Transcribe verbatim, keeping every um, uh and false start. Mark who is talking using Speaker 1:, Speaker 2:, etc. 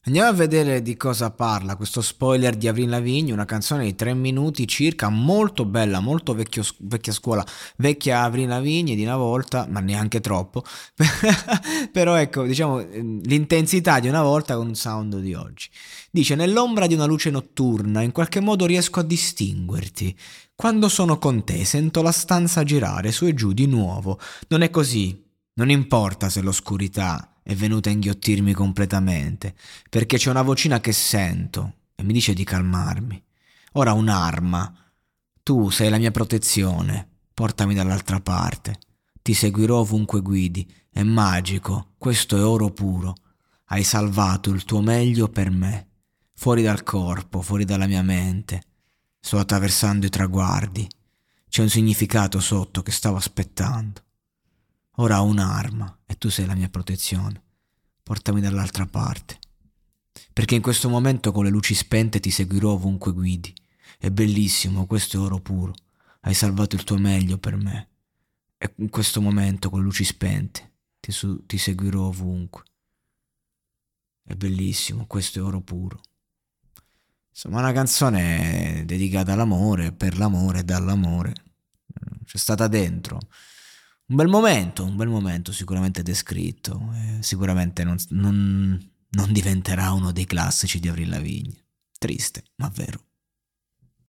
Speaker 1: Andiamo a vedere di cosa parla questo spoiler di Avril Lavigne, una canzone di tre minuti circa, molto bella, molto vecchio- vecchia scuola, vecchia Avril Lavigne di una volta, ma neanche troppo. Però ecco, diciamo, ehm, l'intensità di una volta con un sound di oggi. Dice, nell'ombra di una luce notturna, in qualche modo riesco a distinguerti. Quando sono con te, sento la stanza girare su e giù di nuovo. Non è così. Non importa se l'oscurità è venuta a inghiottirmi completamente, perché c'è una vocina che sento e mi dice di calmarmi. Ora un'arma. Tu sei la mia protezione. Portami dall'altra parte. Ti seguirò ovunque guidi. È magico. Questo è oro puro. Hai salvato il tuo meglio per me. Fuori dal corpo, fuori dalla mia mente. Sto attraversando i traguardi. C'è un significato sotto che stavo aspettando. Ora ho un'arma e tu sei la mia protezione. Portami dall'altra parte. Perché in questo momento con le luci spente ti seguirò ovunque guidi. È bellissimo, questo è oro puro. Hai salvato il tuo meglio per me. E in questo momento con le luci spente ti, su- ti seguirò ovunque. È bellissimo, questo è oro puro. Insomma, una canzone dedicata all'amore, per l'amore e dall'amore. C'è stata dentro un bel momento, un bel momento sicuramente descritto. eh, sicuramente non, non non diventerà uno dei classici di Avril Lavigne. Triste, ma vero.